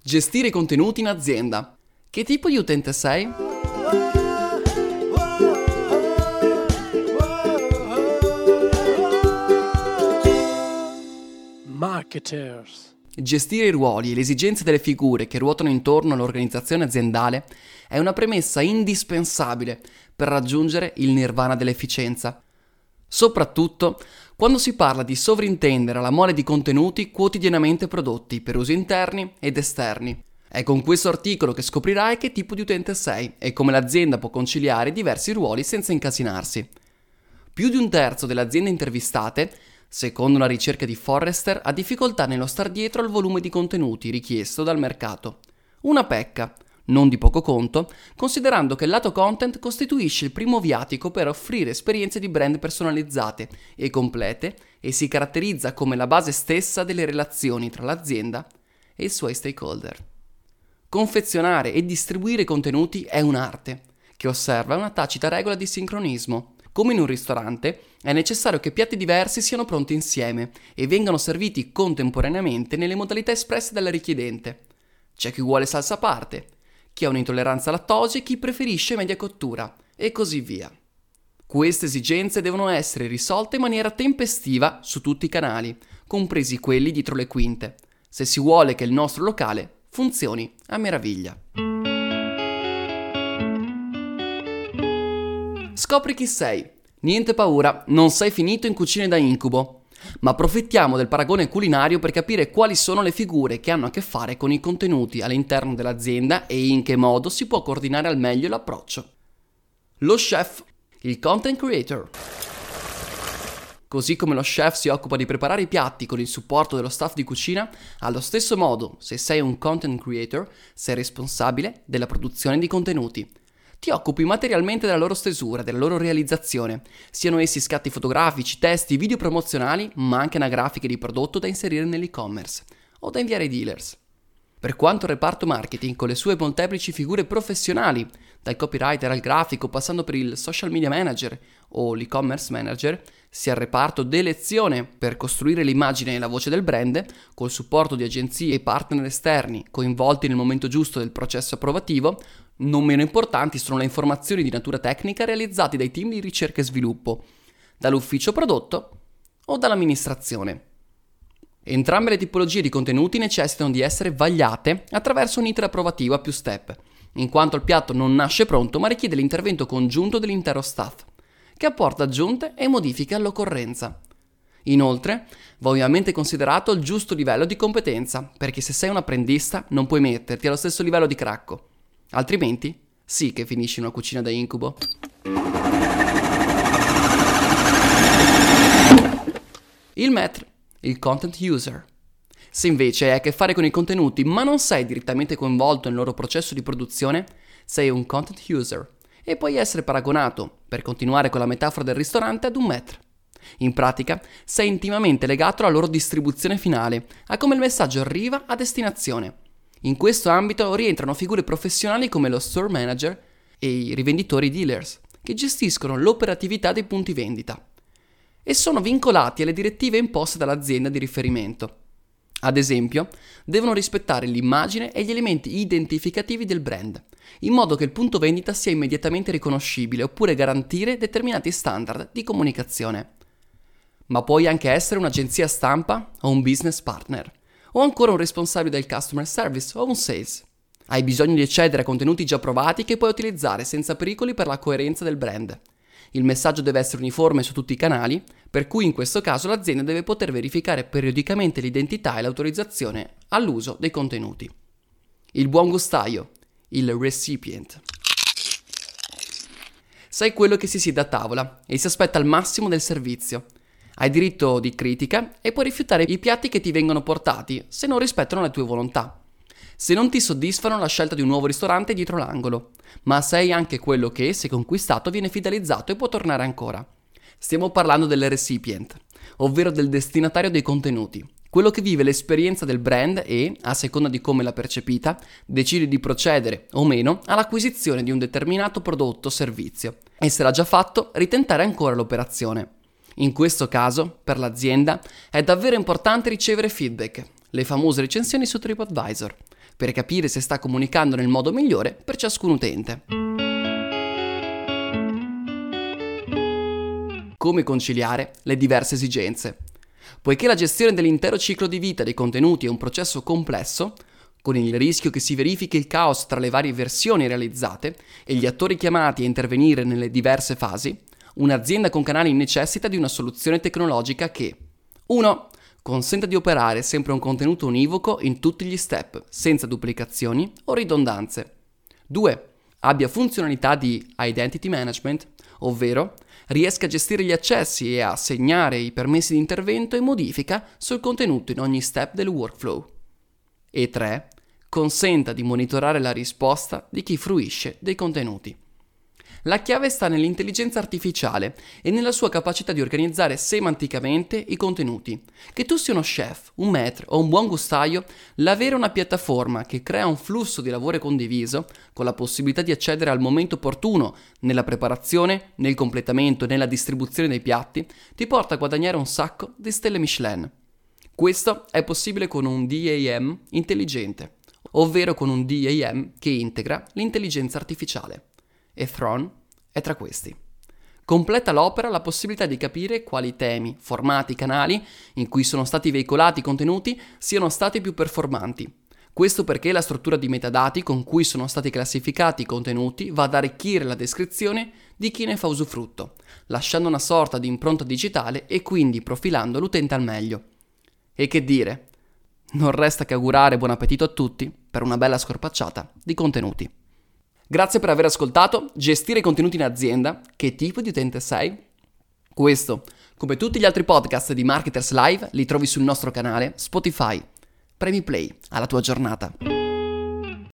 Gestire i contenuti in azienda. Che tipo di utente sei? Marketers. Gestire i ruoli e le esigenze delle figure che ruotano intorno all'organizzazione aziendale è una premessa indispensabile per raggiungere il nirvana dell'efficienza. Soprattutto quando si parla di sovrintendere alla mole di contenuti quotidianamente prodotti per usi interni ed esterni. È con questo articolo che scoprirai che tipo di utente sei e come l'azienda può conciliare diversi ruoli senza incasinarsi. Più di un terzo delle aziende intervistate, secondo una ricerca di Forrester, ha difficoltà nello star dietro al volume di contenuti richiesto dal mercato. Una pecca, non di poco conto, considerando che il lato content costituisce il primo viatico per offrire esperienze di brand personalizzate e complete e si caratterizza come la base stessa delle relazioni tra l'azienda e i suoi stakeholder. Confezionare e distribuire contenuti è un'arte, che osserva una tacita regola di sincronismo. Come in un ristorante, è necessario che piatti diversi siano pronti insieme e vengano serviti contemporaneamente nelle modalità espresse dalla richiedente. C'è chi vuole salsa a parte, chi ha un'intolleranza al lattosio e chi preferisce media cottura, e così via. Queste esigenze devono essere risolte in maniera tempestiva su tutti i canali, compresi quelli dietro le quinte, se si vuole che il nostro locale funzioni a meraviglia. Scopri chi sei. Niente paura, non sei finito in cucine da incubo. Ma approfittiamo del paragone culinario per capire quali sono le figure che hanno a che fare con i contenuti all'interno dell'azienda e in che modo si può coordinare al meglio l'approccio. Lo chef, il content creator. Così come lo chef si occupa di preparare i piatti con il supporto dello staff di cucina, allo stesso modo, se sei un content creator, sei responsabile della produzione di contenuti. Ti occupi materialmente della loro stesura, della loro realizzazione, siano essi scatti fotografici, testi, video promozionali, ma anche anagrafiche di prodotto da inserire nell'e-commerce o da inviare ai dealers. Per quanto il reparto marketing, con le sue molteplici figure professionali, dal copywriter al grafico, passando per il social media manager o l'e-commerce manager, sia il reparto d'elezione per costruire l'immagine e la voce del brand, col supporto di agenzie e partner esterni coinvolti nel momento giusto del processo approvativo, non meno importanti sono le informazioni di natura tecnica realizzate dai team di ricerca e sviluppo, dall'ufficio prodotto o dall'amministrazione. Entrambe le tipologie di contenuti necessitano di essere vagliate attraverso un iter approvativo a più step, in quanto il piatto non nasce pronto ma richiede l'intervento congiunto dell'intero staff, che apporta aggiunte e modifiche all'occorrenza. Inoltre, va ovviamente considerato il giusto livello di competenza, perché se sei un apprendista non puoi metterti allo stesso livello di cracco, altrimenti sì che finisci in una cucina da incubo. Il maître, il content user. Se invece hai a che fare con i contenuti ma non sei direttamente coinvolto nel loro processo di produzione, sei un content user e puoi essere paragonato, per continuare con la metafora del ristorante, ad un maître. In pratica, sei intimamente legato alla loro distribuzione finale, a come il messaggio arriva a destinazione. In questo ambito rientrano figure professionali come lo store manager e i rivenditori dealers, che gestiscono l'operatività dei punti vendita e sono vincolati alle direttive imposte dall'azienda di riferimento. Ad esempio, devono rispettare l'immagine e gli elementi identificativi del brand, in modo che il punto vendita sia immediatamente riconoscibile, oppure garantire determinati standard di comunicazione. Ma puoi anche essere un'agenzia stampa o un business partner, o ancora un responsabile del customer service o un sales. Hai bisogno di accedere a contenuti già provati che puoi utilizzare senza pericoli per la coerenza del brand. Il messaggio deve essere uniforme su tutti i canali, per cui in questo caso l'azienda deve poter verificare periodicamente l'identità e l'autorizzazione all'uso dei contenuti. Il buon gustaio, il recipient. Sei quello che si siede a tavola e si aspetta il massimo del servizio. Hai diritto di critica e puoi rifiutare i piatti che ti vengono portati se non rispettano le tue volontà. Se non ti soddisfano la scelta di un nuovo ristorante dietro l'angolo, ma sei anche quello che, se conquistato, viene fidelizzato e può tornare ancora. Stiamo parlando del recipient, ovvero del destinatario dei contenuti, quello che vive l'esperienza del brand e, a seconda di come l'ha percepita, decide di procedere o meno all'acquisizione di un determinato prodotto o servizio e, se l'ha già fatto, ritentare ancora l'operazione. In questo caso, per l'azienda, è davvero importante ricevere feedback, le famose recensioni su TripAdvisor, per capire se sta comunicando nel modo migliore per ciascun utente. Come conciliare le diverse esigenze? Poiché la gestione dell'intero ciclo di vita dei contenuti è un processo complesso, con il rischio che si verifichi il caos tra le varie versioni realizzate e gli attori chiamati a intervenire nelle diverse fasi, un'azienda con canali necessita di una soluzione tecnologica che 1. Consenta di operare sempre un contenuto univoco in tutti gli step, senza duplicazioni o ridondanze. 2. Abbia funzionalità di identity management, ovvero riesca a gestire gli accessi e a assegnare i permessi di intervento e modifica sul contenuto in ogni step del workflow. E 3. Consenta di monitorare la risposta di chi fruisce dei contenuti. La chiave sta nell'intelligenza artificiale e nella sua capacità di organizzare semanticamente i contenuti. Che tu sia uno chef, un maître o un buon gustaio, l'avere una piattaforma che crea un flusso di lavoro condiviso, con la possibilità di accedere al momento opportuno nella preparazione, nel completamento e nella distribuzione dei piatti, ti porta a guadagnare un sacco di stelle Michelin. Questo è possibile con un DAM intelligente, ovvero con un DAM che integra l'intelligenza artificiale. E Thron è tra questi. Completa l'opera la possibilità di capire quali temi, formati, canali in cui sono stati veicolati i contenuti siano stati più performanti. Questo perché la struttura di metadati con cui sono stati classificati i contenuti va ad arricchire la descrizione di chi ne fa usufrutto, lasciando una sorta di impronta digitale e quindi profilando l'utente al meglio. E che dire? Non resta che augurare buon appetito a tutti per una bella scorpacciata di contenuti. Grazie per aver ascoltato Gestire i contenuti in azienda. Che tipo di utente sei? Questo, come tutti gli altri podcast di Marketers Live, li trovi sul nostro canale Spotify. Premi play alla tua giornata.